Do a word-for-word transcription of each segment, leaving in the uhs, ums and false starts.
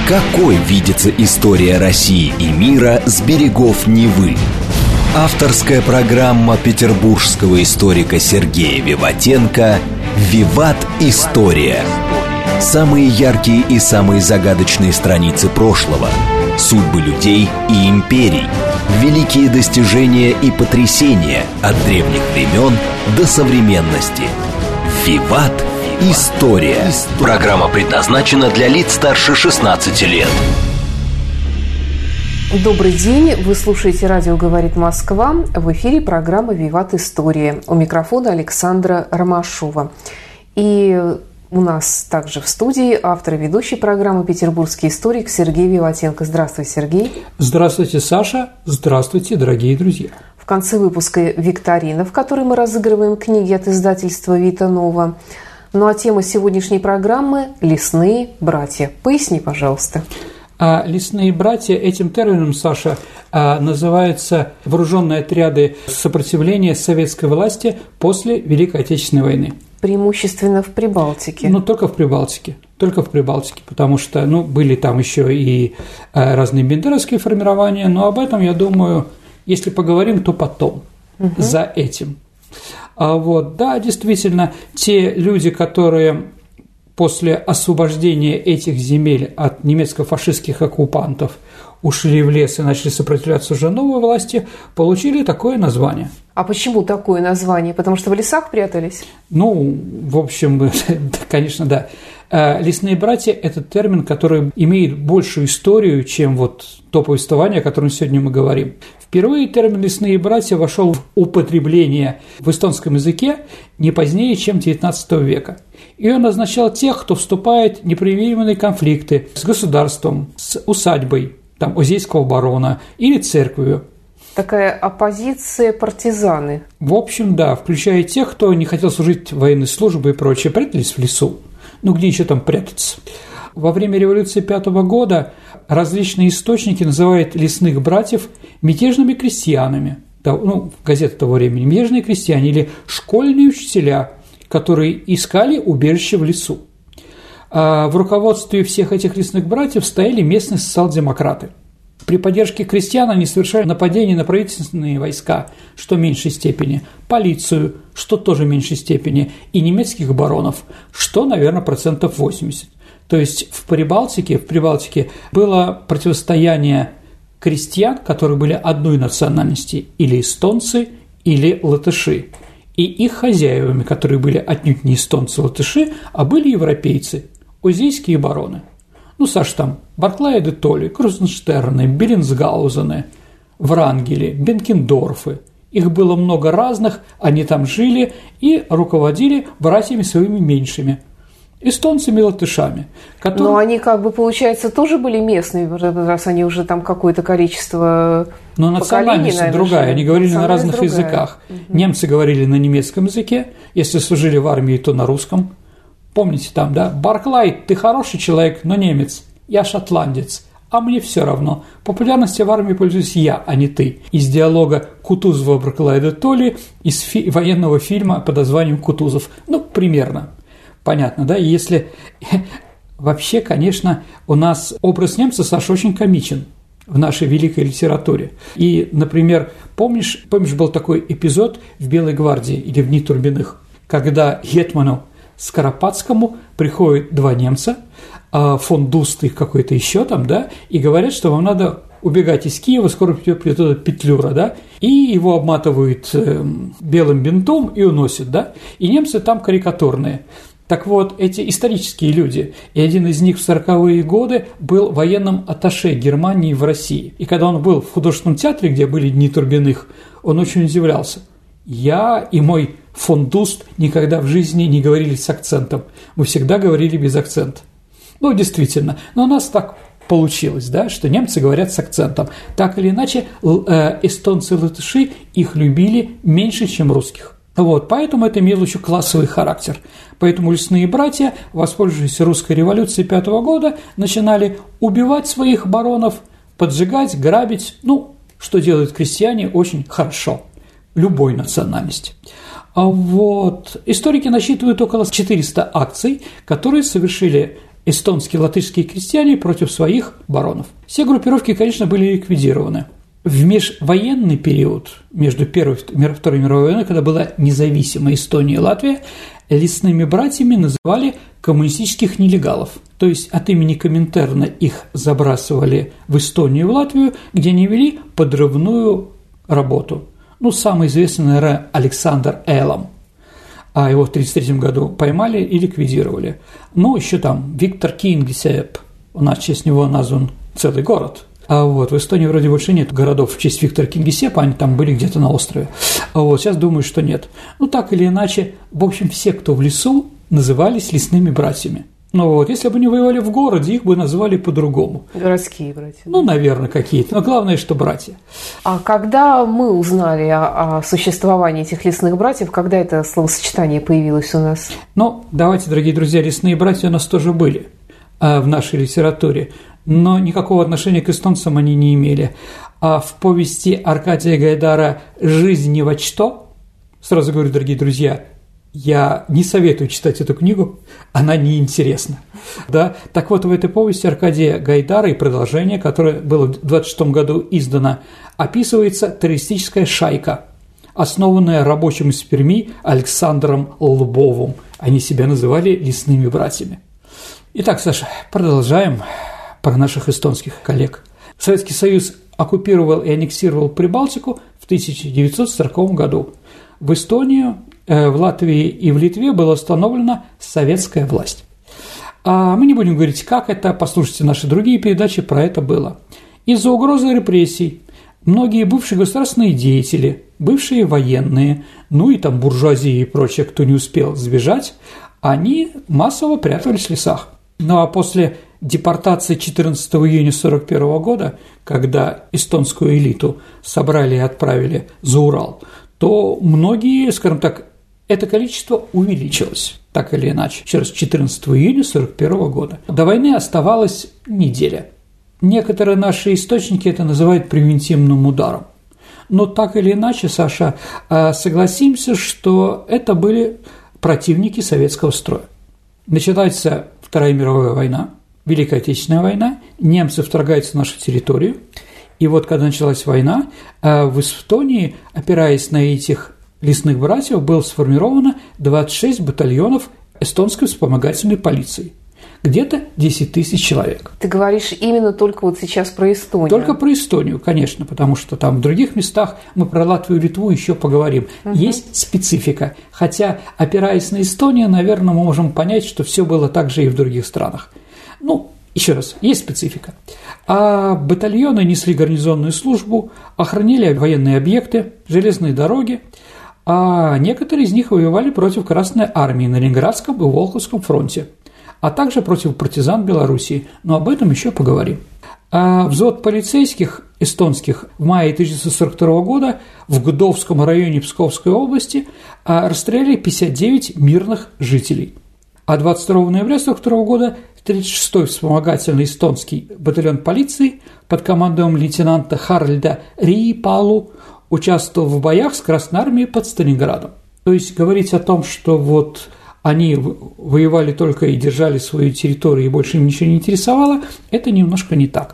Какой видится история России и мира с берегов Невы? Авторская программа петербургского историка Сергея Виватенко «Виват. История». Самые яркие и самые загадочные страницы прошлого, судьбы людей и империй, великие достижения и потрясения от древних времен до современности. «Виват. История». Программа предназначена для лиц старше шестнадцати лет. Добрый день. Вы слушаете «Радио говорит Москва». В эфире программа «Виват. История». У микрофона Александра Ромашова. И у нас также в студии автор и ведущий программы петербургский историк Сергей Виватенко. Здравствуй, Сергей. Здравствуйте, Саша. Здравствуйте, дорогие друзья. В конце выпуска викторина, в которой мы разыгрываем книги от издательства «Вита Нова». Ну а тема сегодняшней программы – «Лесные братья». Поясни, пожалуйста. А лесные братья, этим термином, Саша, называются вооруженные отряды сопротивления советской власти после Великой Отечественной войны. Преимущественно в Прибалтике. Ну, только в Прибалтике. Только в Прибалтике, потому что, ну, были там еще и разные бендеровские формирования, но об этом, я думаю, если поговорим, то потом, угу. за этим. А вот, да, действительно, те люди, которые после освобождения этих земель от немецко-фашистских оккупантов ушли в лес и начали сопротивляться уже новой власти, получили такое название. А почему такое название? Потому что в лесах прятались? Ну, в общем, конечно, да. Лесные братья – это термин, который имеет большую историю, чем вот то повествование, о котором сегодня мы говорим. Впервые термин «лесные братья» вошел в употребление в эстонском языке не позднее, чем девятнадцатого века. И он означал тех, кто вступает в непримиримые конфликты с государством, с усадьбой, там, озейского барона или церковью. Такая оппозиция партизаны. В общем, да, включая тех, кто не хотел служить в военной службе и прочее, прятались в лесу. Ну, где еще там прятаться? Во время революции пятого года различные источники называют лесных братьев мятежными крестьянами. Ну, газеты того времени. Мятежные крестьяне или школьные учителя, которые искали убежище в лесу. А в руководстве всех этих лесных братьев стояли местные социал-демократы. При поддержке крестьян они совершали нападения на правительственные войска, что в меньшей степени, полицию, что тоже в меньшей степени, и немецких баронов, что, наверное, процентов восемьдесят. То есть в Прибалтике, в Прибалтике было противостояние крестьян, которые были одной национальности, или эстонцы, или латыши, и их хозяевами, которые были отнюдь не эстонцы, латыши, а были европейцы, озейские бароны. Ну, Саш, там Барклай де Толли, Крузенштерны, Беллинсгаузены, Врангели, Бенкендорфы. Их было много разных, они там жили и руководили братьями своими меньшими, эстонцами и латышами. Которые... Но они, как бы, получается, тоже были местные, раз они уже там какое-то количество Но национальность наверное, другая, жили. они говорили на разных другая. языках. Угу. Немцы говорили на немецком языке, если служили в армии, то на русском. Помните там, да? Барклай, ты хороший человек, но немец. Я шотландец. А мне все равно. Популярностью в армии пользуюсь я, а не ты. Из диалога Кутузова Барклая де Толли из фи- военного фильма под названием «Кутузов». Ну, примерно. Понятно, да? И если... Вообще, конечно, у нас образ немца, Саша, очень комичен в нашей великой литературе. И, например, помнишь, помнишь, был такой эпизод в «Белой гвардии» или в «Дни Турбиных», когда гетману Скоропадскому приходят два немца, фон Дуст и какой-то еще там, да, и говорят, что вам надо убегать из Киева, скоро придет этот Петлюра, да, и его обматывают э, белым бинтом и уносят, да, и немцы там карикатурные. Так вот, эти исторические люди, и один из них в сороковые годы был военным атташе Германии в России. И когда он был в художественном театре, где были Дни Турбиных, он очень удивлялся. Я и мой фон Дуст никогда в жизни не говорили с акцентом. Мы всегда говорили без акцента. Ну, действительно. Но у нас так получилось, да, что немцы говорят с акцентом. Так или иначе, эстонцы и латыши их любили меньше, чем русских. Вот, поэтому это имело еще классовый характер. Поэтому лесные братья, воспользовавшись русской революцией пятого года, начинали убивать своих баронов, поджигать, грабить. Ну, что делают крестьяне очень хорошо. Любой национальности. А вот историки насчитывают около четырёхсот акций, которые совершили эстонские латышские крестьяне против своих баронов. Все группировки, конечно, были ликвидированы. В межвоенный период, между Первой и Второй мировой войной, когда была независимая Эстония и Латвия, лесными братьями называли коммунистических нелегалов. То есть от имени Коминтерна их забрасывали в Эстонию и в Латвию, где они вели подрывную работу. Ну, самый известный, наверное, Александр Элом. А его в тысяча девятьсот тридцать третьем году поймали и ликвидировали. Ну, еще там Виктор Кингисепп, у нас в честь него назван целый город. А вот в Эстонии вроде больше нет городов в честь Виктора Кингисеппа, они там были где-то на острове. А вот сейчас думаю, что нет. Ну, так или иначе, в общем, все, кто в лесу, назывались лесными братьями. Ну вот, если бы они воевали в городе, их бы назвали по-другому. Городские братья. Ну, наверное, какие-то. Но главное, что братья. А когда мы узнали о, о существовании этих лесных братьев, когда это словосочетание появилось у нас? Ну, давайте, дорогие друзья, лесные братья у нас тоже были в нашей литературе, но никакого отношения к эстонцам они не имели. А в повести Аркадия Гайдара «Жизнь ни во что», сразу говорю, дорогие друзья, я не советую читать эту книгу, она неинтересна. Да? Так вот, в этой повести Аркадия Гайдара и продолжение, которое было в двадцать шестом году издано, описывается террористическая шайка, основанная рабочим из Перми Александром Лбовым. Они себя называли лесными братьями. Итак, Саша, продолжаем про наших эстонских коллег. Советский Союз оккупировал и аннексировал Прибалтику в тысяча девятьсот сороковом году. В Эстонию, в Латвии и в Литве была установлена советская власть. А мы не будем говорить, как это, послушайте наши другие передачи, про это было. Из-за угрозы репрессий многие бывшие государственные деятели, бывшие военные, ну и там буржуазия и прочее, кто не успел сбежать, они массово прятались в лесах. Ну а после депортации четырнадцатого июня сорок первого года, когда эстонскую элиту собрали и отправили за Урал, то многие, скажем так, это количество увеличилось, так или иначе, через четырнадцатого июня сорок первого года. До войны оставалась неделя. Некоторые наши источники это называют превентивным ударом. Но так или иначе, Саша, согласимся, что это были противники советского строя. Начинается Вторая мировая война, Великая Отечественная война, немцы вторгаются в нашу территорию, и вот когда началась война, в Эстонии, опираясь на этих лесных братьев, было сформировано двадцать шесть батальонов эстонской вспомогательной полиции. Где-то десять тысяч человек. Ты говоришь именно только вот сейчас про Эстонию? Только про Эстонию, конечно, потому что там в других местах мы про Латвию и Литву еще поговорим. Угу. Есть специфика, хотя, опираясь на Эстонию, наверное, мы можем понять, что все было так же и в других странах. Ну, еще раз, есть специфика. А батальоны несли гарнизонную службу, охраняли военные объекты, железные дороги, а некоторые из них воевали против Красной армии на Ленинградском и Волховском фронте, а также против партизан Белоруссии, но об этом еще поговорим. А взвод полицейских эстонских в мае тысяча девятьсот сорок второго года в Гдовском районе Псковской области расстреляли пятьдесят девять мирных жителей. А двадцать второго ноября сорок второго года тридцать шестой вспомогательный эстонский батальон полиции под командованием лейтенанта Харальда Риипалу участвовал в боях с Красной армией под Сталинградом. То есть говорить о том, что вот они воевали только и держали свою территорию, и больше им ничего не интересовало, это немножко не так.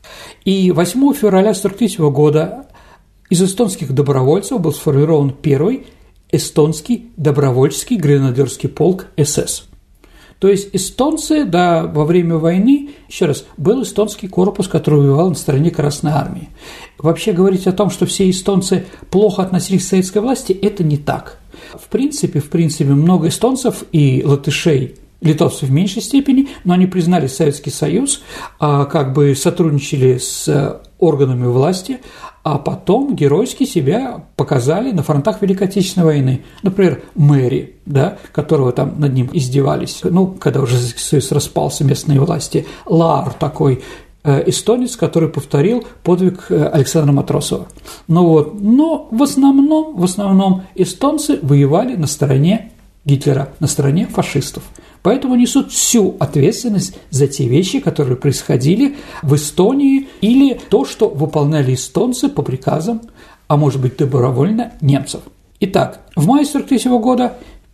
И восьмого февраля сорок третьего года из эстонских добровольцев был сформирован первый эстонский добровольческий гренадерский полк СС. То есть эстонцы, да, во время войны, еще раз, был эстонский корпус, который воевал на стороне Красной армии. Вообще говорить о том, что все эстонцы плохо относились к советской власти, это не так. В принципе, в принципе, много эстонцев и латышей, литовцев в меньшей степени, но они признали Советский Союз, как бы сотрудничали с органами власти, а потом геройски себя показали на фронтах Великой Отечественной войны. Например, Мэри, да, которого там над ним издевались, ну, когда уже Советский Союз распался, местные власти, Лаар такой эстонец, который повторил подвиг Александра Матросова. Ну вот, но в основном, в основном эстонцы воевали на стороне Гитлера, на стороне фашистов. Поэтому несут всю ответственность за те вещи, которые происходили в Эстонии, или то, что выполняли эстонцы по приказам, а может быть добровольно, немцев. Итак, в мае сорок третьего года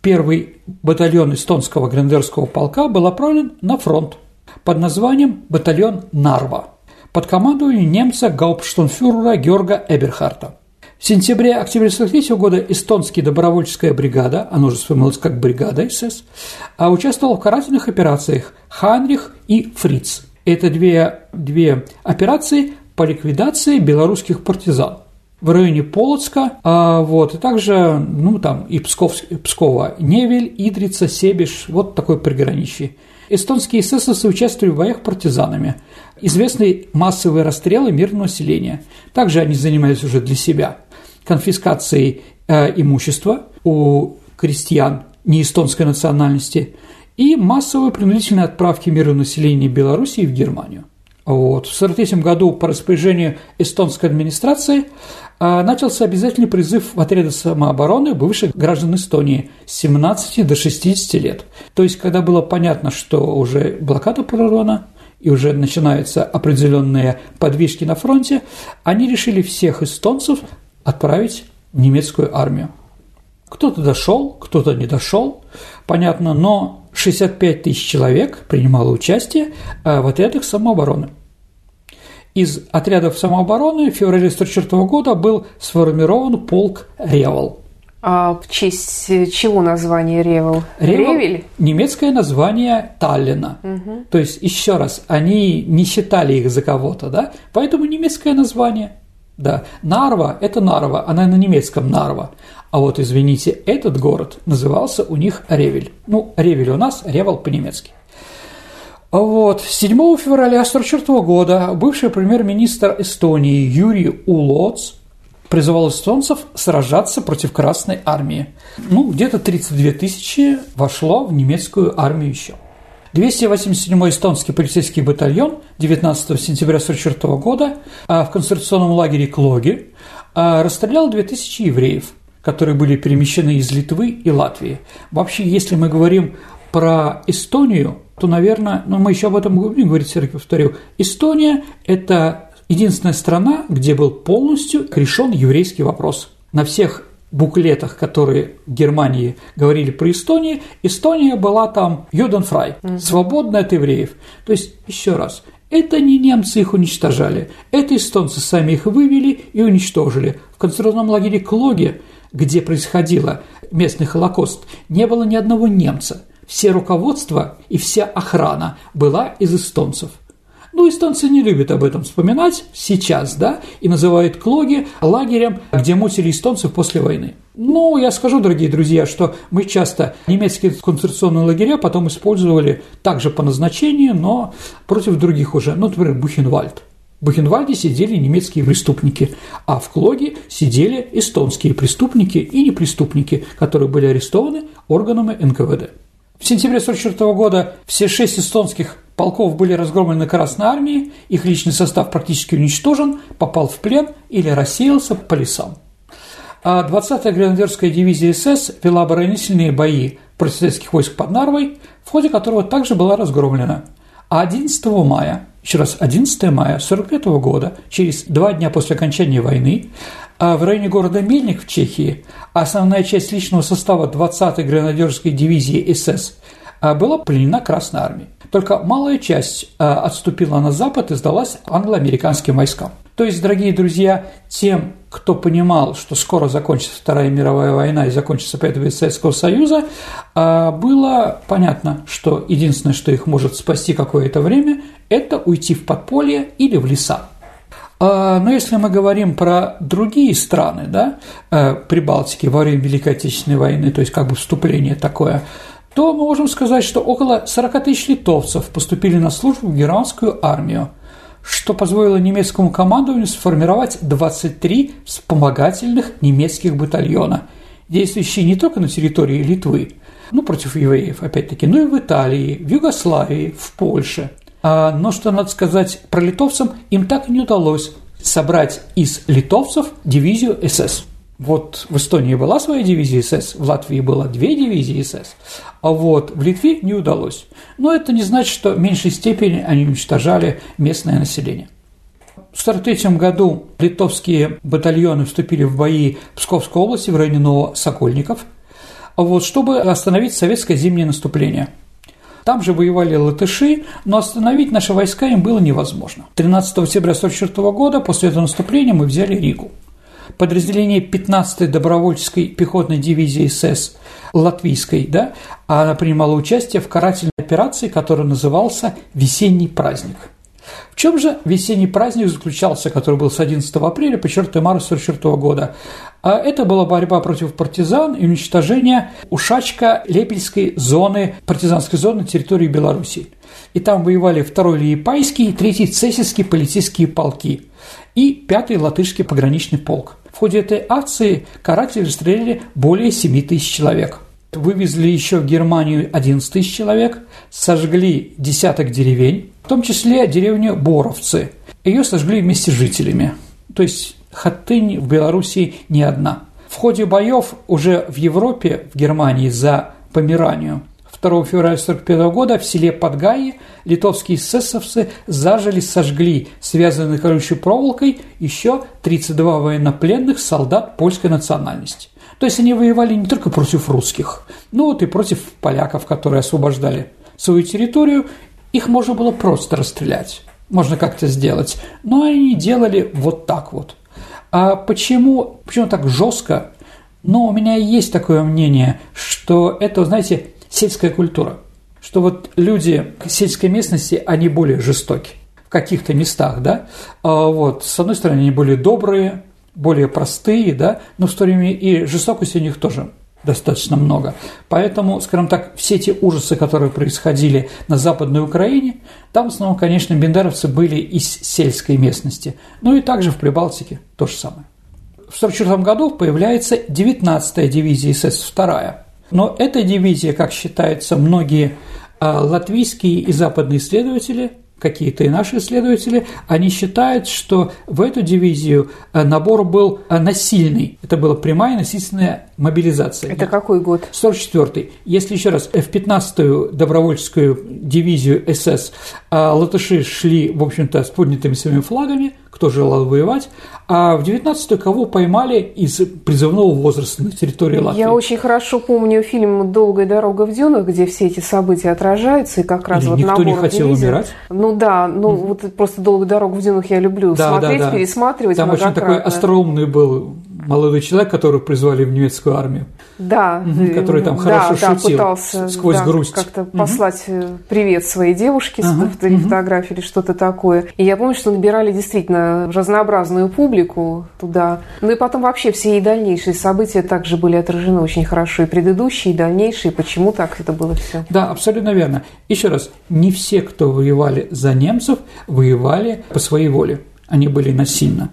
первый батальон эстонского гренадерского полка был отправлен на фронт под названием батальон Нарва под командованием немца гауптштурмфюрера Георга Эберхарта. В сентябре-октябре сорок третьего года эстонская добровольческая бригада, она уже сформировалась как бригада СС, участвовала в карательных операциях «Хайнрих» и «Фриц». Это две, две операции по ликвидации белорусских партизан в районе Полоцка, а, вот, и также, ну, там, и Псков, Пскова, Невель, Идрица, Себеж, вот такое приграничье. Эстонские эсэсовцы участвовали в боях партизанами. Известны массовые расстрелы мирного населения. Также они занимались уже для себя конфискацией э, имущества у крестьян неэстонской национальности и массовые принудительные отправки мирного населения Белоруссии в Германию. Вот. В сорок третьем году по распоряжению эстонской администрации э, начался обязательный призыв в отряды самообороны бывших граждан Эстонии с семнадцати до шестидесяти лет. То есть, когда было понятно, что уже блокада прорвана и уже начинаются определенные подвижки на фронте, они решили всех эстонцев отправить в немецкую армию. Кто-то дошел, кто-то не дошел, понятно, но шестьдесят пять тысяч человек принимало участие в отрядах самообороны. Из отрядов самообороны в феврале сорок четвёртого года был сформирован полк «Ревел». А в честь чего название «Ревел»? Ревел Ревель? Немецкое название Таллина. Угу. То есть, еще раз, они не считали их за кого-то, да? Поэтому немецкое название. Да. Нарва – это Нарва, она на немецком Нарва. А вот, извините, этот город назывался у них Ревель. Ну, Ревель у нас, Ревел по-немецки. Вот. седьмого февраля сорок четвёртого года бывший премьер-министр Эстонии Юрий Улоц призывал эстонцев сражаться против Красной армии. Ну, где-то тридцать две тысячи вошло в немецкую армию еще. двести восемьдесят седьмой эстонский полицейский батальон девятнадцатого сентября сорок четвёртого года в концентрационном лагере Клоги расстрелял две тысячи евреев, которые были перемещены из Литвы и Латвии. Вообще, если мы говорим про Эстонию, то, наверное, ну, мы еще об этом будем говорить, Сергей, повторю, Эстония – это единственная страна, где был полностью решен еврейский вопрос. На всех буклетах, которые в Германии говорили про Эстонию, Эстония была там «Юденфрай», mm-hmm. свободная от евреев. То есть, еще раз, это не немцы их уничтожали, это эстонцы сами их вывели и уничтожили. В концентрационном лагере Клоги, где происходило местный Холокост, не было ни одного немца. Все руководство и вся охрана была из эстонцев. Ну, эстонцы не любят об этом вспоминать сейчас, да, и называют Клоги лагерем, где мучили эстонцев после войны. Ну, я скажу, дорогие друзья, что мы часто немецкие концентрационные лагеря потом использовали также по назначению, но против других уже, ну, например, Бухенвальд. В Бухенвальде сидели немецкие преступники, а в Клоге сидели эстонские преступники и непреступники, которые были арестованы органами эн ка вэ дэ. В сентябре сорок четвёртого года все шесть эстонских полков были разгромлены Красной армией, их личный состав практически уничтожен, попал в плен или рассеялся по лесам. А двадцатая гренадерская дивизия эс эс вела оборонительные бои против советских войск под Нарвой, в ходе которого также была разгромлена. А одиннадцатого мая, еще раз, одиннадцатого мая сорок пятого года, через два дня после окончания войны, в районе города Мельник в Чехии основная часть личного состава двадцатой гренадерской дивизии эс эс была пленена Красной армией. Только малая часть отступила на запад и сдалась англо-американским войскам. То есть, дорогие друзья, тем, кто понимал, что скоро закончится Вторая мировая война и закончится падение Советского Союза, было понятно, что единственное, что их может спасти какое-то время, это уйти в подполье или в леса. Но если мы говорим про другие страны, да, Прибалтики во время Великой Отечественной войны, то есть как бы вступление такое, то мы можем сказать, что около сорок тысяч литовцев поступили на службу в германскую армию, что позволило немецкому командованию сформировать двадцать три вспомогательных немецких батальона, действующие не только на территории Литвы, ну, против евреев, опять-таки, но и в Италии, в Югославии, в Польше. Но, что надо сказать про литовцев, им так и не удалось собрать из литовцев дивизию эс эс. Вот в Эстонии была своя дивизия эс эс, в Латвии было две дивизии эс эс, а вот в Литве не удалось. Но это не значит, что в меньшей степени они уничтожали местное население. В сорок третьем году литовские батальоны вступили в бои в Псковской области в районе Новосокольников. вот, чтобы остановить советское зимнее наступление. Там же воевали латыши, но остановить наши войска им было невозможно. тринадцатого октября тысяча девятьсот сорок четвёртого года после этого наступления мы взяли Ригу. Подразделение пятнадцатой добровольческой пехотной дивизии СС латвийской, да, она принимала участие в карательной операции, которая назывался «Весенний праздник». В чем же весенний праздник заключался, который был с одиннадцатого апреля по четвёртого марта тысяча девятьсот сорок четвёртого года? А это была борьба против партизан и уничтожение Ушачко-Лепельской зоны, партизанской зоны на территории Белоруссии. И там воевали второй Лиепайский, третий Цесийский полицейские полки и пятый Латышский пограничный полк. В ходе этой акции каратели расстреляли более семи тысяч человек. Вывезли еще в Германию одиннадцать тысяч человек, сожгли десяток деревень, в том числе деревню Боровцы. Ее сожгли вместе с жителями. То есть хатынь в Белоруссии не одна. В ходе боев уже в Европе, в Германии за Померанию, второго февраля тысяча девятьсот сорок первого года в селе Подгаи литовские эсэсовцы зажили, сожгли связанной колючей проволокой еще тридцать два военнопленных солдат польской национальности. То есть они воевали не только против русских, но вот и против поляков, которые освобождали свою территорию. Их можно было просто расстрелять, можно как-то сделать, но они делали вот так вот. А почему, почему так жестко? Ну, у меня есть такое мнение, что это, знаете, сельская культура, что вот люди сельской местности, они более жестоки в каких-то местах, да, а вот, с одной стороны, они более добрые, более простые, да, но в то же время и жестокости у них тоже достаточно много. Поэтому, скажем так, все те ужасы, которые происходили на Западной Украине, там в основном, конечно, бендеровцы были из сельской местности, ну и также в Прибалтике то же самое. В сорок четвёртом году появляется девятнадцатая дивизия СС, вторая. Но эта дивизия, как считается, многие латвийские и западные исследователи, какие-то и наши исследователи, они считают, что в эту дивизию набор был насильный. Это была прямая насильственная мобилизация. Это какой год? сорок четвёртый. Если еще раз, в пятнадцатую добровольческую дивизию СС латыши шли, в общем-то, с поднятыми своими флагами, кто желал воевать, а в девятнадцатую кого поймали из призывного возраста на территории Латвии. Я очень хорошо помню фильм «Долгая дорога в дюнах», где все эти события отражаются, и как раз Или вот никто набор не хотел дивизий. умирать? Ну да, ну mm-hmm. вот просто «Долгую дорогу в дюнах» я люблю да, смотреть, да, да. пересматривать Там многократно. очень такой остроумный был молодой человек, которого призвали в немецкую армию. Да, угу, который там хорошо да, шутил, да, пытался сквозь да, грусть. как-то угу. послать привет своей девушке, ага, или угу. фотографии, или что-то такое. И я помню, что набирали действительно разнообразную публику туда. Ну и потом вообще все и дальнейшие события также были отражены очень хорошо. И предыдущие, и дальнейшие. Почему так это было все? Да, абсолютно верно. Еще раз, не все, кто воевали за немцев, воевали по своей воле. Они были насильно.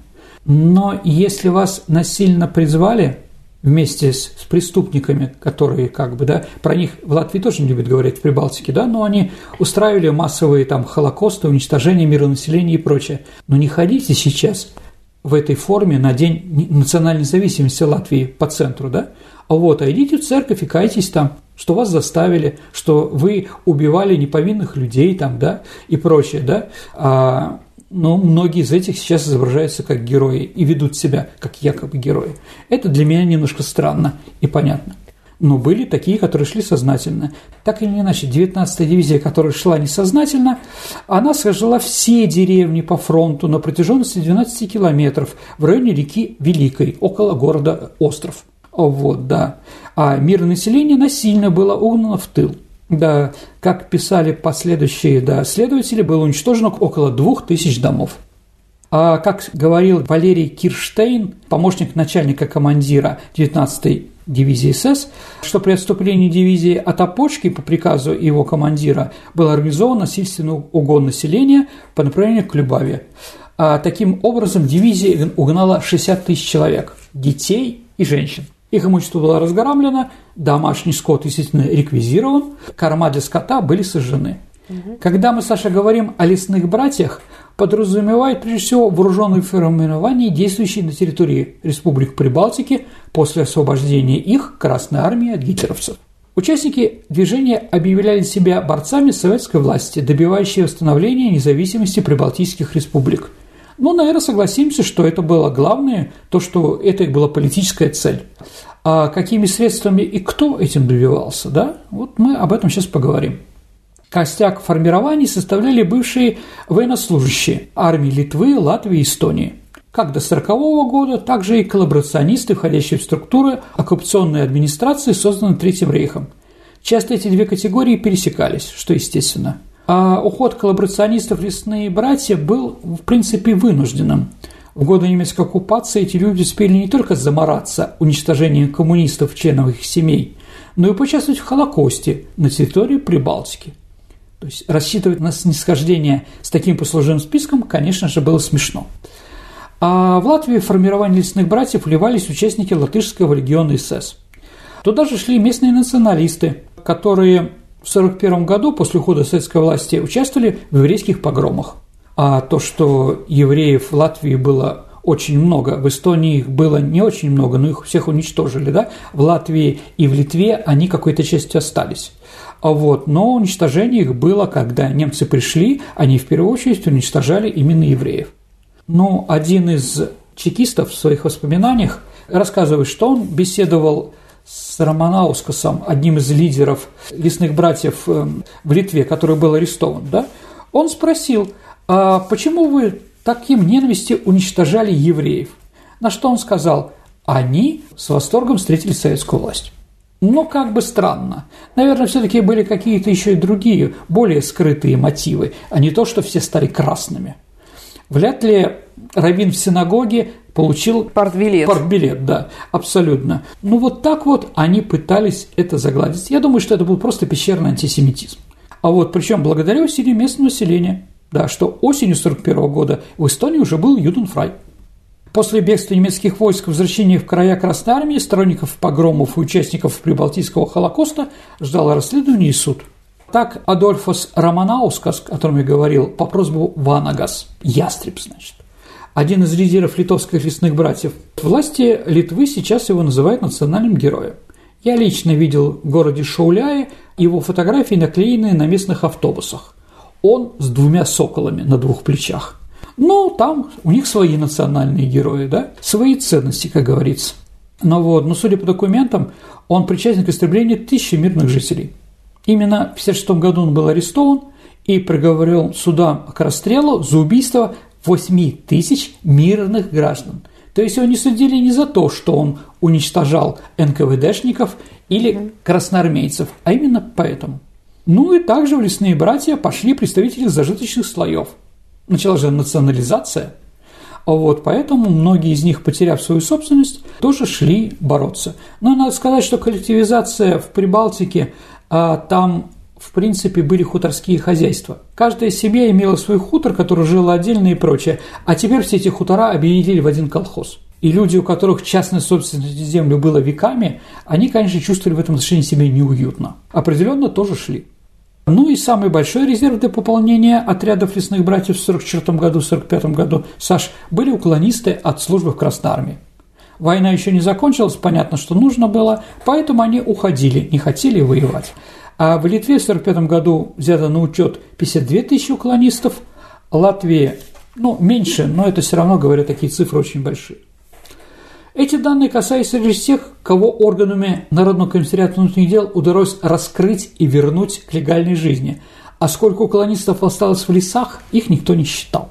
Но если вас насильно призвали вместе с, с преступниками, которые как бы, да, про них в Латвии тоже не любят говорить, в Прибалтике, да, но они устраивали массовые там холокосты, уничтожение миронаселения и прочее. Но не ходите сейчас в этой форме на День национальной независимости Латвии по центру, да, а вот, а идите в церковь и кайтесь там, что вас заставили, что вы убивали неповинных людей там, да, и прочее, да, а но многие из этих сейчас изображаются как герои и ведут себя как якобы герои. Это для меня немножко странно и понятно. Но были такие, которые шли сознательно. Так или иначе, девятнадцатая дивизия, которая шла несознательно, она сожгла все деревни по фронту на протяженности двенадцати километров в районе реки Великой, около города Остров. Вот, да. А мирное население насильно было угнано в тыл. Да, как писали последующие да, следователи, было уничтожено около двух тысяч домов. А как говорил Валерий Кирштейн, помощник начальника командира девятнадцатой дивизии СС, что при отступлении дивизии от Опочки по приказу его командира был организован насильственный угон населения по направлению к Любаве. А таким образом дивизия угнала шестьдесят тысяч человек, детей и женщин. Их имущество было разграблено, домашний скот, естественно, реквизирован, корма для скота были сожжены. Угу. Когда мы, Саша, говорим о лесных братьях, подразумевает прежде всего вооруженные формирования, действующие на территории Республик Прибалтики после освобождения их Красной армии от гитлеровцев. Участники движения объявляли себя борцами советской власти, добивающие восстановления независимости прибалтийских республик. Ну, наверное, согласимся, что это было главное, то, что это была политическая цель. А какими средствами и кто этим добивался, да? Вот мы об этом сейчас поговорим. Костяк формирований составляли бывшие военнослужащие армии Литвы, Латвии и Эстонии. Как до сорокового года, так же и коллаборационисты, входящие в структуры оккупационной администрации, созданной Третьим рейхом. Часто эти две категории пересекались, что естественно. А уход коллаборационистов в лесные братья был, в принципе, вынужденным. В годы немецкой оккупации эти люди успели не только замораться уничтожением коммунистов, членов их семей, но и поучаствовать в Холокосте на территории Прибалтики. То есть рассчитывать на снисхождение с таким послужным списком, конечно же, было смешно. А в Латвии в формирование лесных братьев вливались участники латышского легиона СС. Туда же шли местные националисты, которые в сорок первом году после ухода советской власти участвовали в еврейских погромах. А то, что евреев в Латвии было очень много, в Эстонии их было не очень много, но их всех уничтожили, да? В Латвии и в Литве они какой-то частью остались. Вот. Но уничтожение их было, когда немцы пришли, они в первую очередь уничтожали именно евреев. Но один из чекистов в своих воспоминаниях рассказывает, что он беседовал с Романаускасом, одним из лидеров лесных братьев в Литве, который был арестован. Да? Он спросил, а почему вы таким ненавистью уничтожали евреев? На что он сказал, они с восторгом встретили советскую власть. Но как бы странно. Наверное, все-таки были какие-то еще и другие, более скрытые мотивы, а не то, что все стали красными. Вряд ли раввин в синагоге получил партбилет. Партбилет, да, абсолютно. Ну вот так вот они пытались это загладить. Я думаю, что это был просто пещерный антисемитизм. А вот причем благодаря усилиям местного населения, да, что осенью сорок первого года в Эстонии уже был Юденфрай. После бегства немецких войск и возвращения в края Красной Армии сторонников погромов и участников Прибалтийского Холокоста ждало расследование и суд. Так Адольфос Романаускас, о котором я говорил, по прозвищу Ванагас, ястреб, значит, один из лидеров литовских лесных братьев, власти Литвы сейчас его называют национальным героем. Я лично видел в городе Шауляе его фотографии, наклеенные на местных автобусах. Он с двумя соколами на двух плечах. Ну, там у них свои национальные герои, да, свои ценности, как говорится. Но вот, но судя по документам, он причастен к истреблению тысячи мирных жителей. Именно в тысяча девятьсот пятьдесят шестом году он был арестован и приговорен судом к расстрелу за убийство восемь тысяч мирных граждан. То есть его не судили не за то, что он уничтожал эн ка вэ дэшников или красноармейцев, а именно поэтому. Ну и также в лесные братья пошли представители зажиточных слоев. Началась же национализация. Вот, поэтому многие из них, потеряв свою собственность, тоже шли бороться. Но надо сказать, что коллективизация в Прибалтике, а, там, в принципе, были хуторские хозяйства. Каждая семья имела свой хутор, который жил отдельно и прочее. А теперь все эти хутора объединили в один колхоз. И люди, у которых частная собственность на землю была веками, они, конечно, чувствовали в этом отношении себя неуютно. Определенно тоже шли. Ну и самый большой резерв для пополнения отрядов лесных братьев в сорок четвёртом году, сорок пятом году, Саш, были уклонисты от службы в Красной Армии. Война еще не закончилась, понятно, что нужно было, поэтому они уходили, не хотели воевать. А в Литве в сорок пятом году взято на учет пятьдесят две тысячи уклонистов, Латвии, ну, меньше, но это все равно, говорят, такие цифры очень большие. Эти данные касаются лишь тех, кого органами Народного комиссариата внутренних дел удалось раскрыть и вернуть к легальной жизни. А сколько уклонистов осталось в лесах, их никто не считал.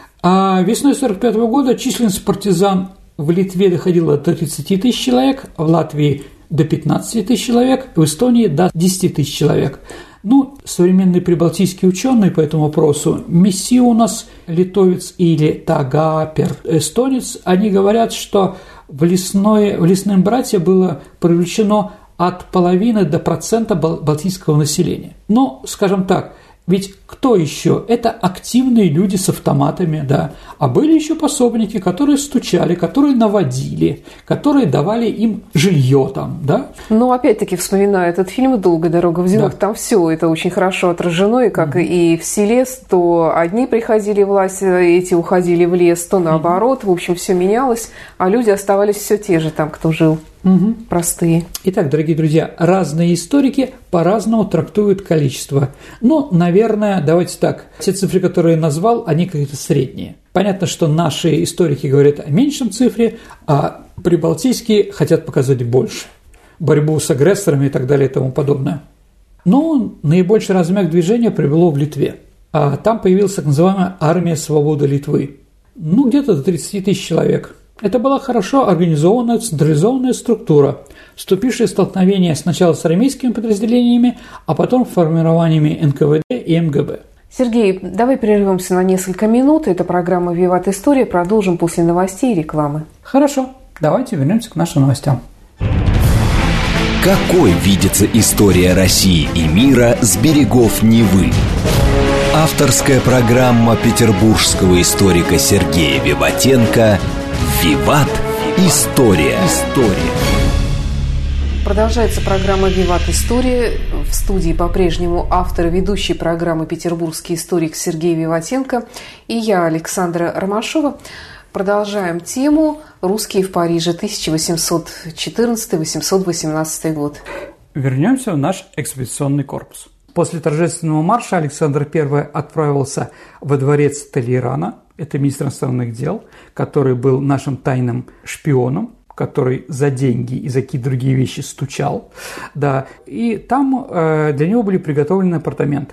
А весной сорок пятого года численность партизан в Литве доходила до тридцати тысяч человек, в Латвии до пятнадцати тысяч человек, в Эстонии до десяти тысяч человек. Ну, современные прибалтийские ученые по этому вопросу, Мессиунас, литовец, или Тагапер, эстонец, они говорят, что в, лесное, в лесным братья было привлечено от половины до процента балтийского населения. Но, скажем так, ведь кто еще? Это активные люди с автоматами, да. А были еще пособники, которые стучали, которые наводили, которые давали им жилье там, да. Но опять-таки, вспоминая этот фильм «Долгая дорога в зимах», да, там все это очень хорошо отражено, и как mm-hmm. и в селе, то одни приходили власть, эти уходили в лес, то наоборот, mm-hmm. в общем, все менялось, а люди оставались все те же там, кто жил. Угу. Простые. Итак, дорогие друзья, разные историки по-разному трактуют количество. Ну, наверное, давайте так, те цифры, которые я назвал, они какие-то средние. Понятно, что наши историки говорят о меньшем цифре, а Прибалтийские хотят показать больше. Борьбу с агрессорами и так далее и тому подобное. Но наибольший размах движения привело в Литве. А там появилась так называемая армия свободы Литвы. Ну, где-то до тридцати тысяч человек. Это была хорошо организованная, централизованная структура, вступившая в столкновение сначала с армейскими подразделениями, а потом формированиями эн ка вэ дэ и эм гэ бэ. Сергей, давай прервемся на несколько минут. Это программа «Виват История». Продолжим после новостей и рекламы. Хорошо, давайте вернемся к нашим новостям. Какой видится история России и мира с берегов Невы? Авторская программа петербургского историка Сергея Виватенко «Виват. История». История. Продолжается программа «Виват История». В студии по-прежнему автор и ведущий программы петербургский историк Сергей Виватенко и я, Александра Ромашова. Продолжаем тему «Русские в Париже, тысяча восемьсот четырнадцатый — восемьсот восемнадцатый год». Вернемся в наш экспедиционный корпус. После торжественного марша Александр Первый отправился во дворец Толейрана, это министр иностранных дел, который был нашим тайным шпионом, который за деньги и за какие-то другие вещи стучал, да, и там э, для него были приготовлены апартаменты.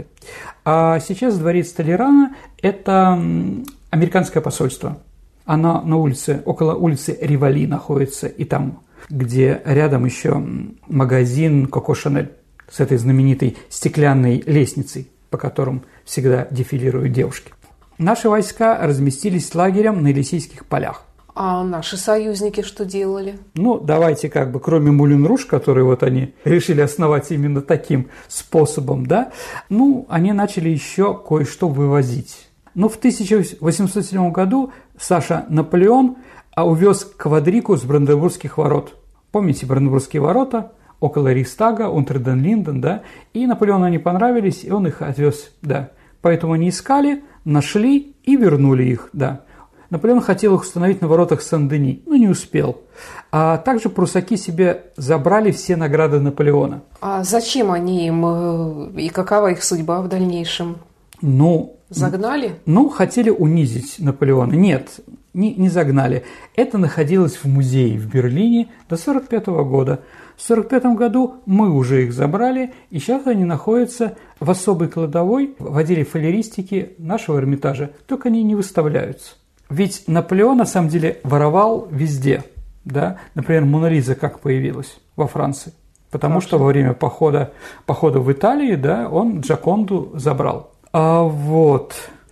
А сейчас дворец Толейрана – это американское посольство. Оно на улице, около улицы Риволи находится, и там, где рядом еще магазин Коко Шанель с этой знаменитой стеклянной лестницей, по которым всегда дефилируют девушки. Наши войска разместились лагерем на Елисейских полях. А наши союзники что делали? Ну, давайте как бы, кроме Мулен-Руж, который вот они решили основать именно таким способом, да, ну, они начали еще кое-что вывозить. Ну, в тысяча восемьсот седьмом году Саша Наполеон увез квадрику с Бранденбургских ворот. Помните Бранденбургские ворота? Около Рейхстага, Унтер-ден-Линден, да, и Наполеону они понравились, и он их отвез, да. Поэтому они искали, нашли и вернули их, да. Наполеон хотел их установить на воротах Сен-Дени, но не успел. А также прусаки себе забрали все награды Наполеона. А зачем они им, и какова их судьба в дальнейшем? Ну... Загнали? Ну, хотели унизить Наполеона. Нет, не, не загнали. Это находилось в музее в Берлине до сорок пятого года. В сорок пятом году мы уже их забрали, и сейчас они находятся в особой кладовой в отделе фалеристики нашего Эрмитажа, только они не выставляются. Ведь Наполеон, на самом деле, воровал везде. Да? Например, Мона Лиза как появилась во Франции. Потому Хорошо. Что во время похода, похода в Италии, да, он Джоконду забрал. А вот.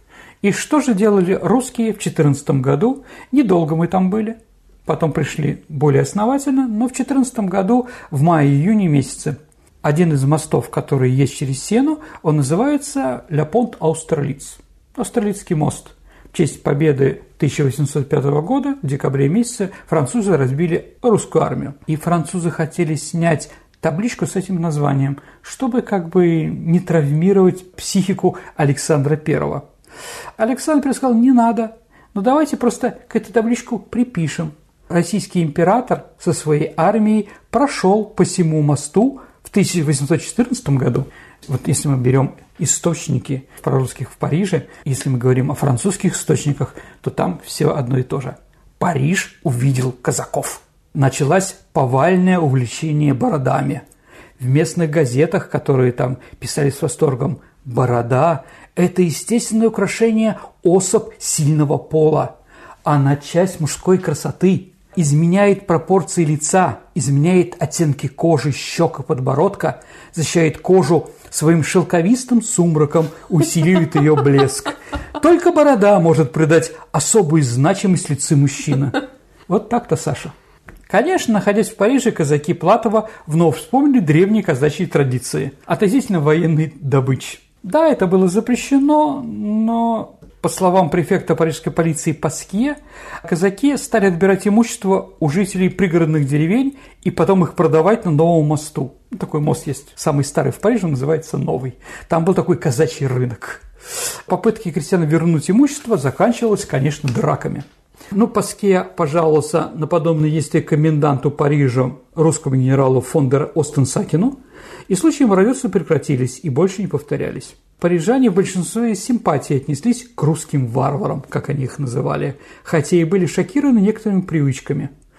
И что же делали русские в четырнадцатом году? Недолго мы там были. Потом пришли более основательно, но в четырнадцатом году, в мае-июне месяце, один из мостов, который есть через Сену, он называется Ля Понт Аустерлиц, Аустерлицкий мост. В честь победы тысяча восемьсот пятого года, в декабре месяце, французы разбили русскую армию. И французы хотели снять табличку с этим названием, чтобы как бы не травмировать психику Александра Первого. Александр сказал, не надо, но давайте просто к этой табличку припишем. Российский император со своей армией прошел по всему мосту в тысяча восемьсот четырнадцатом году. Вот если мы берем источники прорусских в Париже, если мы говорим о французских источниках, то там все одно и то же. Париж увидел казаков. Началось повальное увлечение бородами. В местных газетах, которые там писали с восторгом, борода – это естественное украшение особ сильного пола. Она часть мужской красоты, изменяет пропорции лица, изменяет оттенки кожи, щек и подбородка, защищает кожу своим шелковистым сумраком, усиливает ее блеск. Только борода может придать особую значимость лицу мужчины. Вот так-то, Саша. Конечно, находясь в Париже, казаки Платова вновь вспомнили древние казачьи традиции относительно военной добычи. Да, это было запрещено, но, по словам префекта парижской полиции Паскье, казаки стали отбирать имущество у жителей пригородных деревень и потом их продавать на новом мосту. Такой мост есть, самый старый в Париже, называется Новый. Там был такой казачий рынок. Попытки крестьян вернуть имущество заканчивалось, конечно, драками. Ну, Паскье пожаловался на подобное действие коменданту Парижа, русскому генералу фон дер Остенсакену, и случаи мародерства прекратились и больше не повторялись. Парижане в большинстве симпатии отнеслись к русским варварам, как они их называли, хотя и были шокированы некоторыми привычками.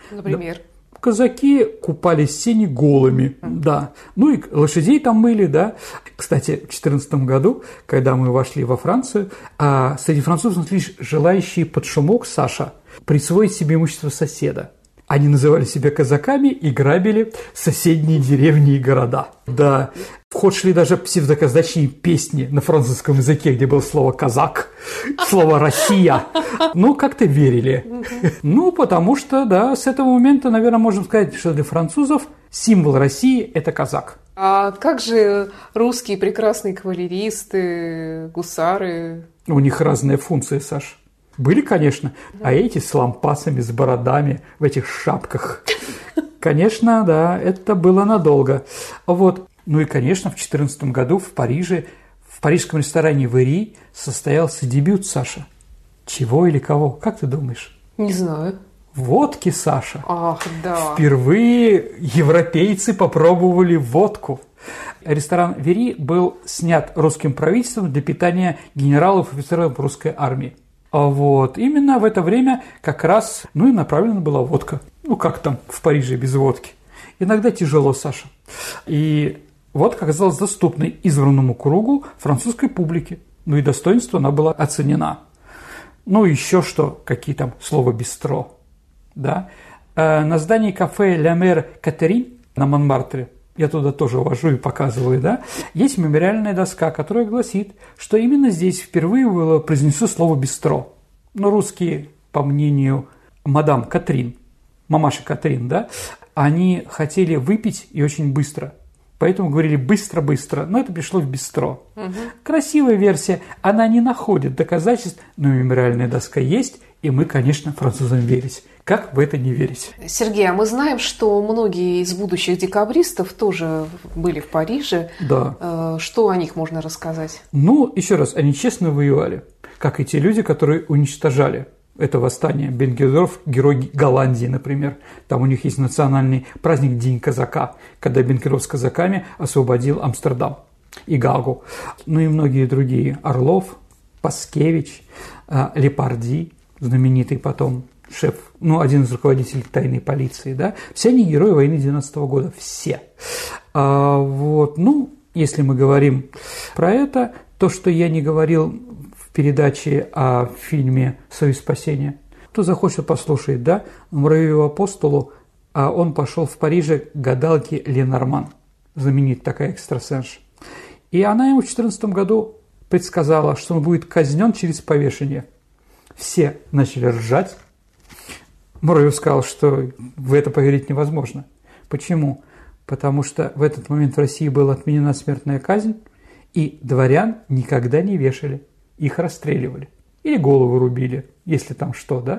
Например? Да. Казаки купались в сене голыми, mm. да. Ну и лошадей там мыли, да. Кстати, в две тысячи четырнадцатом году, когда мы вошли во Францию, а среди французов нашлись желающие под шумок, Саша, присвоить себе имущество соседа. Они называли себя казаками и грабили соседние деревни и города. Да, в ход шли даже псевдоказачьи песни на французском языке, где было слово «казак», слово «Россия». Ну, как-то верили. Ну, потому что, да, с этого момента, наверное, можно сказать, что для французов символ России – это казак. А как же русские прекрасные кавалеристы, гусары? У них разные функции, Саш. Были, конечно, а эти с лампасами, с бородами, в этих шапках. Конечно, да, это было надолго. Вот. Ну и, конечно, в две тысячи четырнадцатом году в Париже, в парижском ресторане «Вэри» состоялся дебют, Саша. Чего или кого? Как ты думаешь? Не знаю. Водки, Саша. Ах, да. Впервые европейцы попробовали водку. Ресторан «Вэри» был снят русским правительством для питания генералов и офицеров русской армии. Вот. Именно в это время как раз, ну и направлена была водка. Ну, как там в Париже без водки? Иногда тяжело, Саша. И водка оказалась доступной избранному кругу французской публики. Ну и достоинство она была оценена. Ну, еще что, какие там слова «бистро». Да? На здании кафе «Ля Мэр Катерин» на Монмартре, я туда тоже вожу и показываю, да, есть мемориальная доска, которая гласит, что именно здесь впервые было произнесено слово «бистро». Но русские, по мнению мадам Катрин, мамаши Катрин, да, они хотели выпить и очень быстро. Поэтому говорили «быстро-быстро», но это пришло в «бистро». Угу. Красивая версия, она не находит доказательств, но мемориальная доска есть, и мы, конечно, французам верить. Как в это не верить? Сергей, а мы знаем, что многие из будущих декабристов тоже были в Париже. Да. Что о них можно рассказать? Ну, еще раз, они честно воевали, как и те люди, которые уничтожали это восстание. Бенгендорф, герой Голландии, например. Там у них есть национальный праздник День казака, когда Бенгендорф с казаками освободил Амстердам и Гаагу. Ну и многие другие. Орлов, Паскевич, Лепарди, знаменитый потом шеф, ну, один из руководителей тайной полиции, да, все они герои войны девяностого года, все. А, вот, ну, если мы говорим про это, то, что я не говорил в передаче о фильме «Союз спасения», кто захочет послушать, да, Муравьеву апостолу, а он пошел в Париже к гадалке Ленорман, знаменитая такая экстрасенс. И она ему в две тысячи четырнадцатом году предсказала, что он будет казнен через повешение. Все начали ржать. Муравьев сказал, что в это поверить невозможно. Почему? Потому что в этот момент в России была отменена смертная казнь, и дворян никогда не вешали, их расстреливали. Или голову рубили, если там что, да?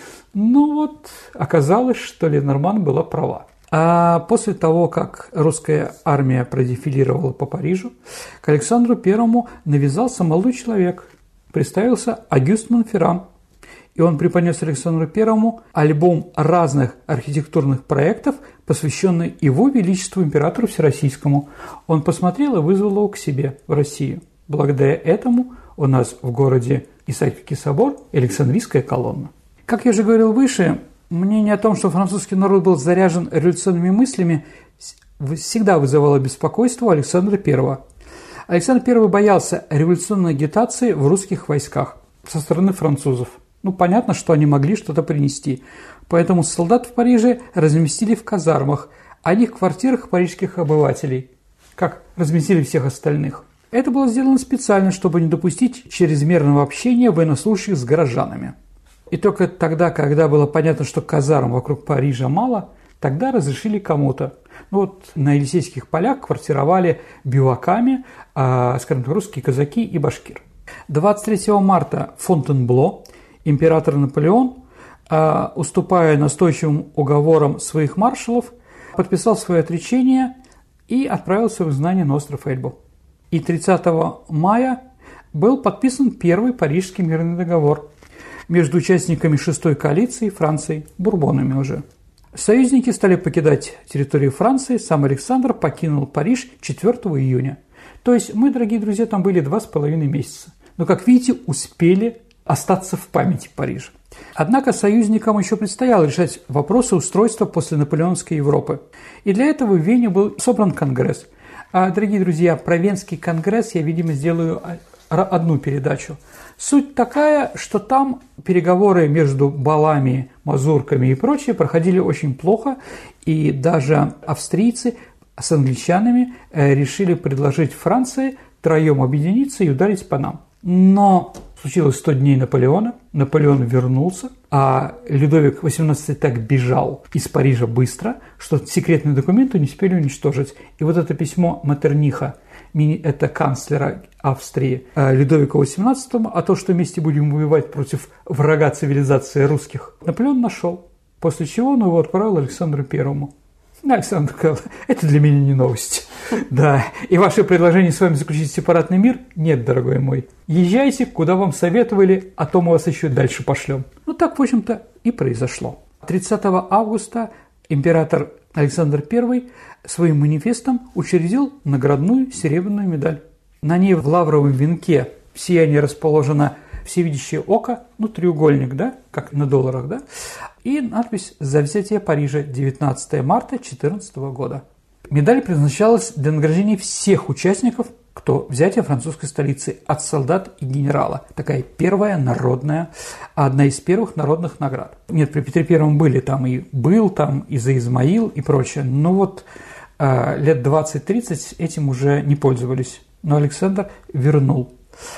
Ну вот, оказалось, что Ленорман была права. А после того, как русская армия продефилировала по Парижу, к Александру Первому навязался молодой человек, представился Агюст Монферран. И он преподнес Александру Первому альбом разных архитектурных проектов, посвященный его величеству императору Всероссийскому. Он посмотрел и вызвал его к себе в Россию. Благодаря этому у нас в городе Исаакиевский собор и Александрийская колонна. Как я же говорил выше, мнение о том, что французский народ был заряжен революционными мыслями, всегда вызывало беспокойство у Александра Первого. Александр Первый боялся революционной агитации в русских войсках со стороны французов. Ну, понятно, что они могли что-то принести. Поэтому солдат в Париже разместили в казармах, а не в квартирах парижских обывателей, как разместили всех остальных. Это было сделано специально, чтобы не допустить чрезмерного общения военнослужащих с горожанами. И только тогда, когда было понятно, что казарм вокруг Парижа мало, тогда разрешили кому-то. Ну, вот на Елисейских полях квартировали биваками, а, скажем так, русские казаки и башкир. двадцать третьего марта Фонтенбло император Наполеон, уступая настойчивым уговорам своих маршалов, подписал свое отречение и отправился в изгнание на остров Эльбу. И тридцатого мая был подписан первый Парижский мирный договор между участниками шестой коалиции Франции, бурбонами уже. Союзники стали покидать территорию Франции, сам Александр покинул Париж четвёртого июня. То есть мы, дорогие друзья, там были два с половиной месяца. Но, как видите, успели остаться в памяти Парижа. Однако союзникам еще предстояло решать вопросы устройства после наполеоновской Европы. И для этого в Вене был собран конгресс. А, дорогие друзья, про Венский конгресс я, видимо, сделаю одну передачу. Суть такая, что там переговоры между балами, мазурками и прочее проходили очень плохо, и даже австрийцы с англичанами решили предложить Франции троем объединиться и ударить по нам. Но случилось сто дней Наполеона, Наполеон вернулся, а Людовик восемнадцатый так бежал из Парижа быстро, что секретные документы не успели уничтожить. И вот это письмо Меттерниха, это канцлера Австрии, Людовика восемнадцатого, о том, что вместе будем воевать против врага цивилизации русских, Наполеон нашел, после чего он его отправил Александру Первому. Александр сказал, это для меня не новость. Да, и ваше предложение с вами заключить сепаратный мир? Нет, дорогой мой. Езжайте, куда вам советовали, а то мы вас еще дальше пошлем. Ну, так, в общем-то, и произошло. тридцатого августа император Александр Первый своим манифестом учредил наградную серебряную медаль. На ней в лавровом венке в сиянии расположено всевидящее око, ну, треугольник, да, как на долларах, да, и надпись «За взятие Парижа, девятнадцатого марта две тысячи четырнадцатого года». Медаль предназначалась для награждения всех участников, кто взятие французской столицы, от солдат и генерала. Такая первая народная, одна из первых народных наград. Нет, при Петре Первом были там и был, там и за Измаил и прочее, но вот э, лет двадцать-тридцать этим уже не пользовались. Но Александр вернул.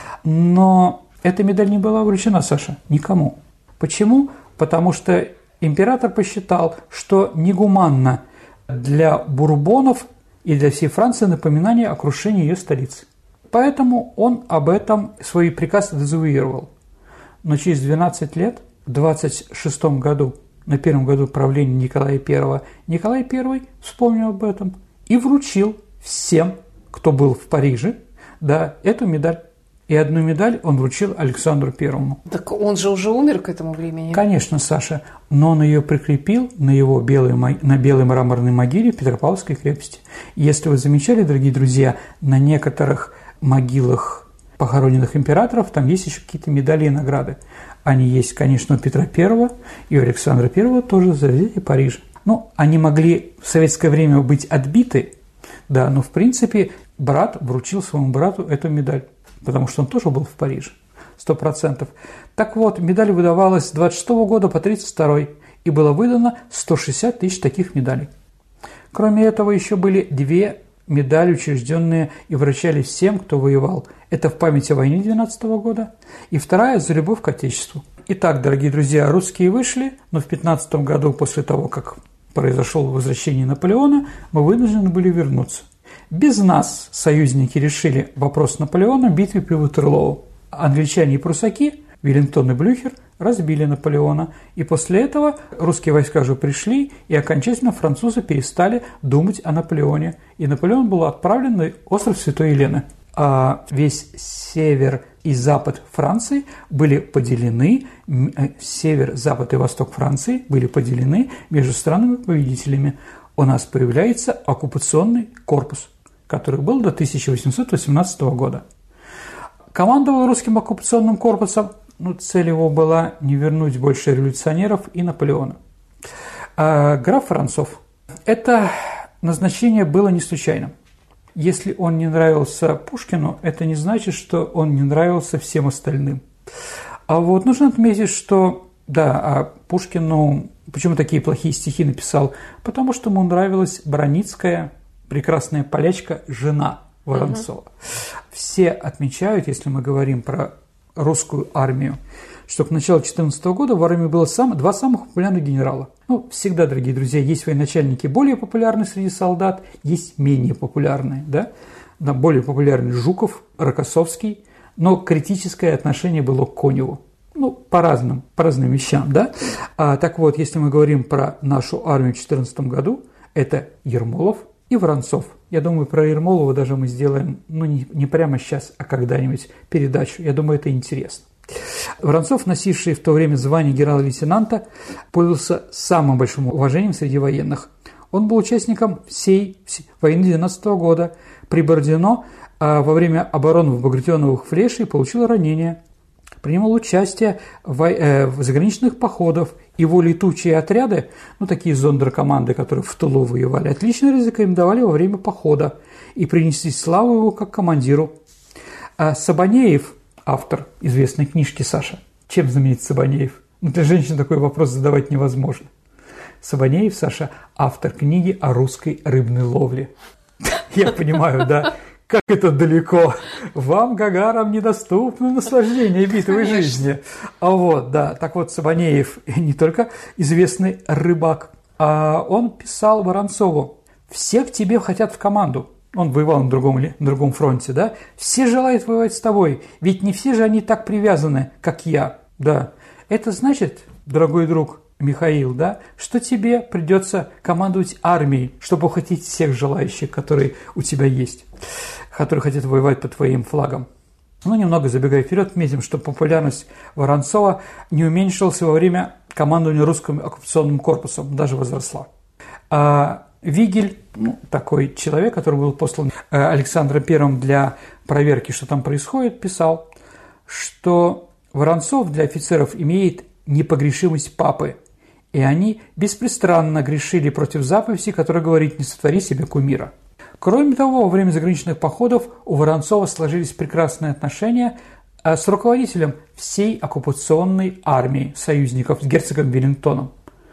Но эта медаль не была вручена, Саша, никому. Почему? Потому что император посчитал, что негуманно для бурбонов и для всей Франции напоминание о крушении ее столицы. Поэтому он об этом свой приказ дезавуировал. Но через двенадцать лет, в двадцать шестом году, на первом году правления Николая Первого, Николай Первый вспомнил об этом и вручил всем, кто был в Париже, да, эту медаль. И одну медаль он вручил Александру Первому. Так он же уже умер к этому времени. Конечно, Саша, но он ее прикрепил на его белой, на белой мраморной могиле в Петропавловской крепости. Если вы замечали, дорогие друзья, на некоторых могилах похороненных императоров там есть еще какие-то медали и награды. Они есть, конечно, у Петра Первого и у Александра Первого тоже за взятие Парижа. Ну, они могли в советское время быть отбиты, да, но в принципе брат вручил своему брату эту медаль, потому что он тоже был в Париже, сто процентов. Так вот, медаль выдавалась с двадцать шестого года по тридцать второй, и было выдано сто шестьдесят тысяч таких медалей. Кроме этого, еще были две медали, учрежденные и вручали всем, кто воевал. Это в память о войне двенадцатого года, и вторая за любовь к Отечеству. Итак, дорогие друзья, русские вышли, но в пятнадцатом году, после того, как произошло возвращение Наполеона, мы вынуждены были вернуться. Без нас союзники решили вопрос Наполеона в битве при Ватерлоу. Англичане и прусаки, Веллингтон и Блюхер, разбили Наполеона. И после этого русские войска же пришли, и окончательно французы перестали думать о Наполеоне. И Наполеон был отправлен на остров Святой Елены. А весь север и запад Франции были поделены, север, запад и восток Франции были поделены между странами-победителями. У нас появляется оккупационный корпус, который был до тысяча восемьсот восемнадцатого года. Командовал русским оккупационным корпусом, ну, цель его была не вернуть больше революционеров и Наполеона. А граф Воронцов. Это назначение было не случайным. Если он не нравился Пушкину, это не значит, что он не нравился всем остальным. А вот нужно отметить, что, да, а Пушкину, почему такие плохие стихи написал? Потому что ему нравилась Броницкая, прекрасная полячка, жена Воронцова. Угу. Все отмечают, если мы говорим про русскую армию, что к началу четырнадцатого года в армии было сам, два самых популярных генерала. Ну, всегда, дорогие друзья, есть военачальники более популярные среди солдат, есть менее популярные, да? Более популярный Жуков, Рокоссовский, но критическое отношение было к Коневу. Ну, по разным, по разным вещам, да? А, так вот, если мы говорим про нашу армию в две тысячи четырнадцатом году, это Ермолов и Воронцов. Я думаю, про Ермолова даже мы сделаем, ну, не, не прямо сейчас, а когда-нибудь передачу. Я думаю, это интересно. Воронцов, носивший в то время звание генерала-лейтенанта, пользовался самым большим уважением среди военных. Он был участником всей войны двенадцатого года. При Бородино а, во время обороны в Багратионовых Флешей получил ранение. принимал участие в, э, в заграничных походах, его летучие отряды, ну, такие зондеркоманды, которые в тылу воевали, отлично рекомендовали во время похода и принесли славу его как командиру. А Сабанеев, автор известной книжки, Саша, чем знаменит Сабанеев? Ну, для женщин такой вопрос задавать невозможно. Сабанеев, Саша, автор книги о русской рыбной ловле. Я понимаю, да, как это далеко. Вам, гагарам, недоступно наслаждение битвой жизни. А вот, да, так вот, Сабанеев не только известный рыбак, а он писал Воронцову: «Все к тебе хотят в команду». Он воевал на другом, на другом фронте, да? «Все желают воевать с тобой, ведь не все же они так привязаны, как я». Да, это значит, дорогой друг Михаил, да, что тебе придется командовать армией, чтобы ухватить всех желающих, которые у тебя есть, которые хотят воевать под твоим флагом. Ну, немного забегая вперед, отметим, что популярность Воронцова не уменьшилась во время командования русским оккупационным корпусом, даже возросла. А Вигель, ну, такой человек, который был послан Александром Первым для проверки, что там происходит, писал, что Воронцов для офицеров имеет непогрешимость папы, и они беспрестанно грешили против заповеди, которая говорит: «Не сотвори себе кумира». Кроме того, во время заграничных походов у Воронцова сложились прекрасные отношения с руководителем всей оккупационной армии союзников, с герцогом Веллингтоном.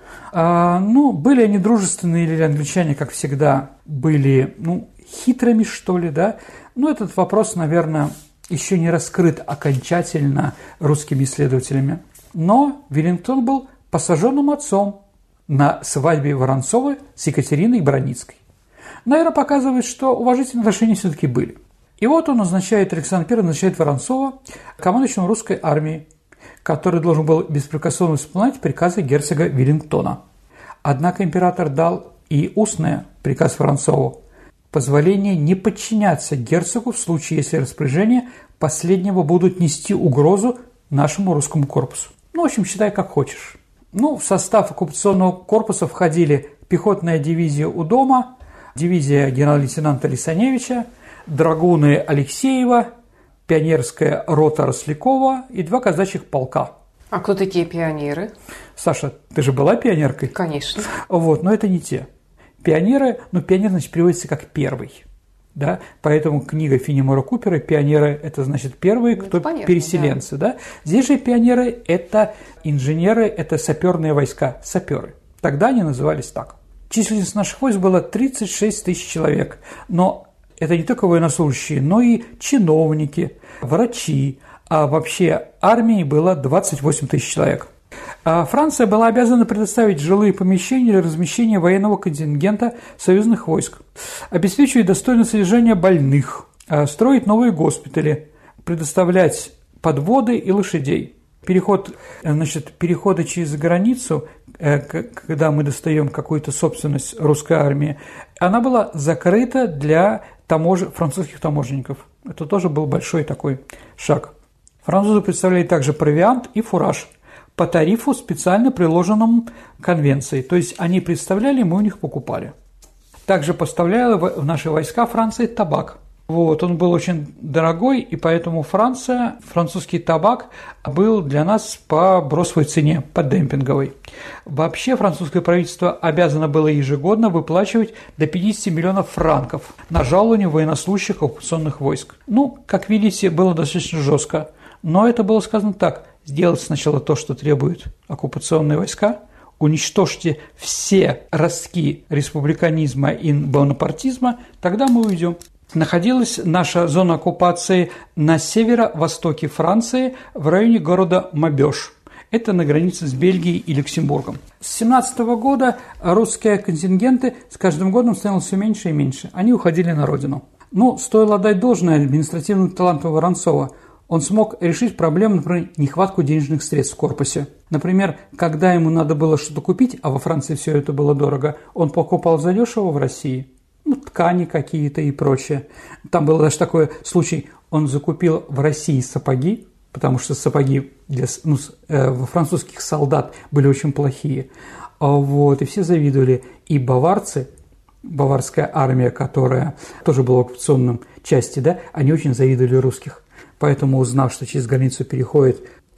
А, ну, были они дружественные или англичане, как всегда, были, ну, хитрыми, что ли, да? Но этот вопрос, наверное, еще не раскрыт окончательно русскими исследователями. Но Веллингтон был посаженным отцом на свадьбе Воронцова с Екатериной Броницкой. Наверное, показывает, что уважительные отношения все-таки были. И вот он назначает, Александр Первый назначает Воронцова командующим русской армией, который должен был беспрекословно исполнять приказы герцога Веллингтона. Однако император дал и устное приказ Воронцову: позволение не подчиняться герцогу в случае, если распоряжения последнего будут нести угрозу нашему русскому корпусу. Ну, в общем, считай, как хочешь. Ну, в состав оккупационного корпуса входили пехотная дивизия у дома, дивизия генерал-лейтенанта Лисаневича, драгуны Алексеева, пионерская рота Рослякова и два казачьих полка. А кто такие пионеры? Саша, ты же была пионеркой? Конечно. Вот, но это не те. Пионеры, ну, пионер, значит, переводится как первый. Да? Поэтому книга Фенемора Купера «Пионеры» – это, значит, первые, кто это понятно, переселенцы. Да. Да? Здесь же пионеры – это инженеры, это саперные войска, саперы. Тогда они назывались так. Численность наших войск была тридцать шесть тысяч человек. Но это не только военнослужащие, но и чиновники, врачи. А вообще армии было двадцать восемь тысяч человек. А Франция была обязана предоставить жилые помещения для размещения военного контингента союзных войск, обеспечивать достойное содержание больных, строить новые госпитали, предоставлять подводы и лошадей. Переход, значит, переходы через границу, когда мы достаем какую-то собственность русской армии, она была закрыта для тамож... французских таможенников. Это тоже был большой такой шаг. Французы представляли также провиант и фураж по тарифу, специально приложенному конвенцией. То есть они представляли, мы у них покупали. Также поставляла в наши войска Франция табак. Вот, он был очень дорогой, и поэтому Франция, французский табак был для нас по бросовой цене, по демпинговой. Вообще французское правительство обязано было ежегодно выплачивать до пятидесяти миллионов франков на жалование военнослужащих оккупационных войск. Ну, как видите, было достаточно жестко. Но это было сказано так: сделать сначала то, что требуют оккупационные войска, уничтожьте все ростки республиканизма и бонапартизма, тогда мы уйдем. Находилась наша зона оккупации на северо-востоке Франции, в районе города Мабеж. Это на границе с Бельгией и Люксембургом. С семнадцатого года русские контингенты с каждым годом становилось все меньше и меньше. Они уходили на родину. Но стоило отдать должное административному таланту Воронцова. Он смог решить проблему, например, нехватку денежных средств в корпусе. Например, когда ему надо было что-то купить, а во Франции все это было дорого, он покупал задешево в России. Ну, ткани какие-то и прочее. Там был даже такой случай, он закупил в России сапоги, потому что сапоги для, ну, э, французских солдат были очень плохие. Вот, и все завидовали. И баварцы, баварская армия, которая тоже была в оккупационном части, да, они очень завидовали русских. Поэтому, узнав, что через границу переходят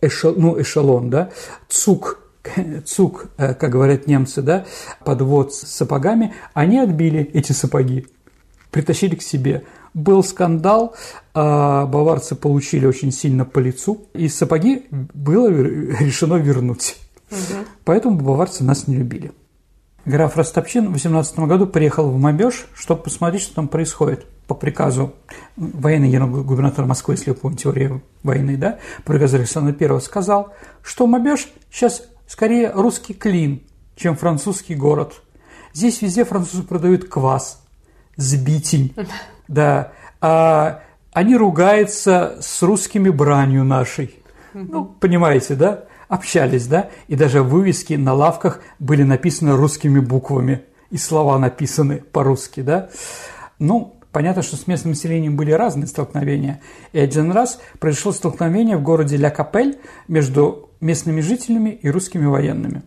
эшел, ну, эшелон, да, цук, цук, как говорят немцы, да, подвод с сапогами, они отбили эти сапоги, притащили к себе. Был скандал, баварцы получили очень сильно по лицу, и сапоги было решено вернуть. Угу. Поэтому баварцы нас не любили. Граф Растопчин в восемнадцатом году приехал в Мобеж, чтобы посмотреть, что там происходит. По приказу военный губернатор Москвы, если вы помните теорию войны, да, по приказу Александра Первого сказал, что Мобеж сейчас скорее русский Клин, чем французский город. Здесь везде французы продают квас, сбитень, да, а они ругаются с русскими бранью нашей. Ну, понимаете, да? Общались, да? И даже вывески на лавках были написаны русскими буквами, и слова написаны по-русски, да? Ну, понятно, что с местным населением были разные столкновения. И один раз произошло столкновение в городе Ля-Капель между местными жителями и русскими военными.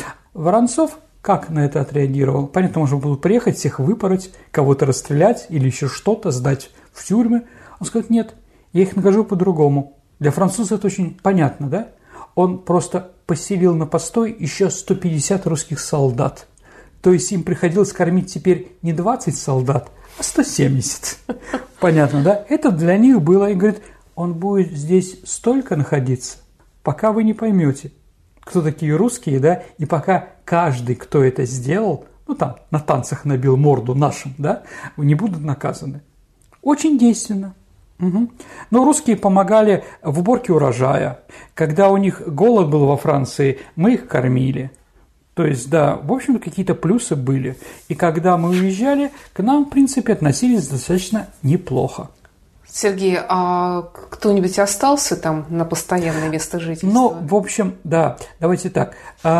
Воронцов как на это отреагировал? Понятно, можно было приехать, всех выпороть, кого-то расстрелять или еще что-то, сдать в тюрьмы. Он сказал, нет, я их накажу по-другому. Для француза это очень понятно, да? Он просто поселил на постой еще сто пятьдесят русских солдат. То есть им приходилось кормить теперь не двадцать солдат, а сто семьдесят. Понятно, да? Это для них было. И говорит, он будет здесь столько находиться, пока вы не поймете, кто такие русские, да? И пока каждый, кто это сделал, ну там на танцах набил морду нашим, да, не будут наказаны. Очень действенно. Угу. Но русские помогали в уборке урожая. Когда у них голод был во Франции, мы их кормили. То есть, да, в общем, какие-то плюсы были. И когда мы уезжали, к нам, в принципе, относились достаточно неплохо. Сергей, а кто-нибудь остался там на постоянное место жительства? Ну, в общем, да, давайте так.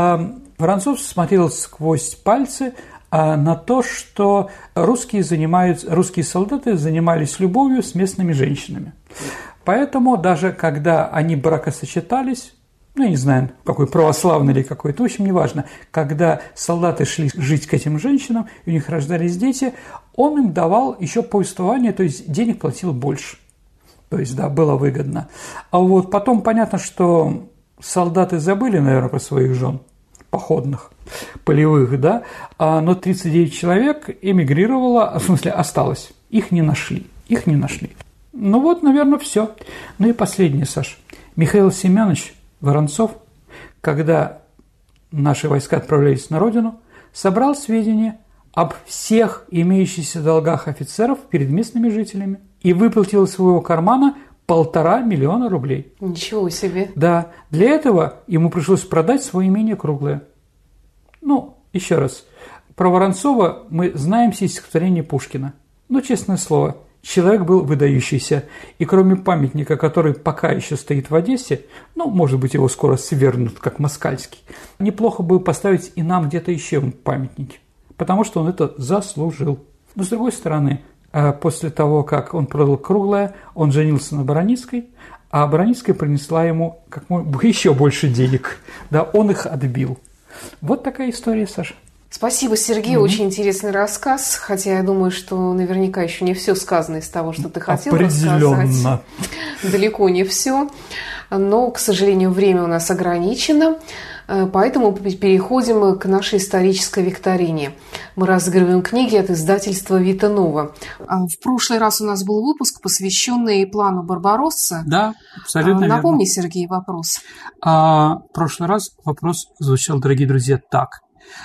Воронцов смотрел сквозь пальцы на то, что русские, занимаются, русские солдаты занимались любовью с местными женщинами. Поэтому даже когда они бракосочетались, ну, я не знаю, какой православный или какой-то, в общем, неважно, когда солдаты шли жить к этим женщинам, и у них рождались дети, он им давал еще повествование, то есть денег платил больше. То есть, да, было выгодно. А вот потом понятно, что солдаты забыли, наверное, про своих жен походных, полевых, да, но тридцать девять человек эмигрировало, в смысле, осталось. Их не нашли, их не нашли. Ну вот, наверное, все. Ну и последнее, Саш. Михаил Семенович Воронцов, когда наши войска отправлялись на родину, собрал сведения об всех имеющихся долгах офицеров перед местными жителями и выплатил из своего кармана полтора миллиона рублей. Ничего себе. Да, для этого ему пришлось продать свое имение Круглое. Ну, еще раз, про Воронцова мы знаем все стихотворения Пушкина. Но, честное слово, человек был выдающийся, и кроме памятника, который пока еще стоит в Одессе, ну, может быть, его скоро свернут, как Москальский, неплохо бы поставить и нам где-то еще памятники, потому что он это заслужил. Но, с другой стороны, после того, как он продал Круглое, он женился на Бараницкой, а Бараницкая принесла ему как еще больше денег. Да, он их отбил. Вот такая история, Саша. Спасибо, Сергей, mm-hmm. очень интересный рассказ, хотя я думаю, что наверняка еще не все сказано из того, что ты хотел рассказать. Далеко не все, но, к сожалению, время у нас ограничено, поэтому переходим к нашей исторической викторине. Мы разыгрываем книги от издательства «Вита Нова». В прошлый раз у нас был выпуск, посвященный плану Барбаросса. Да, абсолютно верно. Напомни, Сергей, вопрос. А, в прошлый раз вопрос звучал, дорогие друзья, так.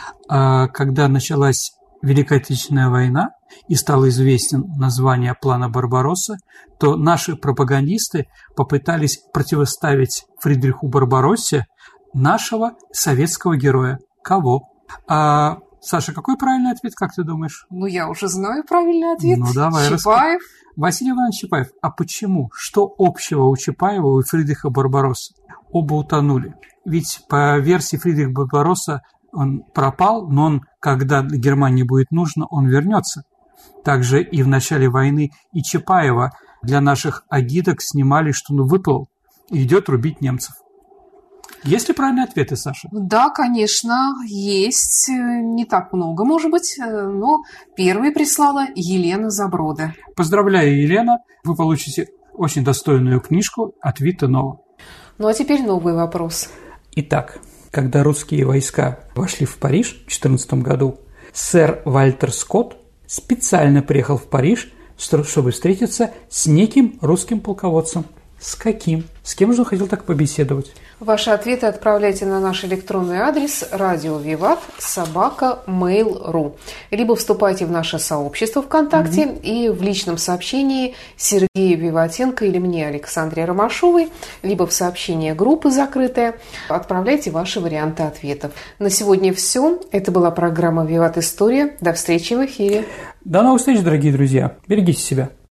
Когда началась Великая Отечественная война и стало известен название плана Барбаросса, то наши пропагандисты попытались противоставить Фридриху Барбароссе нашего советского героя. Кого? А, Саша, какой правильный ответ, как ты думаешь? Ну, я уже знаю правильный ответ. Ну, давай. Чапаев. Рас... Василий Иванович Чапаев. А почему? Что общего у Чапаева и Фридриха Барбароссы? Оба утонули. Ведь по версии Фридриха Барбаросса он пропал, но он, когда Германии будет нужно, он вернется. Также и в начале войны и Чапаева для наших агиток снимали, что он выплыл и идет рубить немцев. Есть ли правильные ответы, Саша? Да, конечно, есть. Не так много, может быть, но первой прислала Елена Заброда. Поздравляю, Елена. Вы получите очень достойную книжку от Вита Нова. Ну а теперь новый вопрос. Итак, когда русские войска вошли в Париж в тысяча девятьсот четырнадцатом году, сэр Вальтер Скотт специально приехал в Париж, чтобы встретиться с неким русским полководцем. С каким? С кем же он хотел так побеседовать? Ваши ответы отправляйте на наш электронный адрес радио виват собака мейл точка ру, либо вступайте в наше сообщество ВКонтакте mm-hmm. и в личном сообщении Сергею Виватенко или мне, Александре Ромашовой, либо в сообщение группы закрытая. Отправляйте ваши варианты ответов. На сегодня все. Это была программа «Виват История». До встречи в эфире. До новых встреч, дорогие друзья. Берегите себя.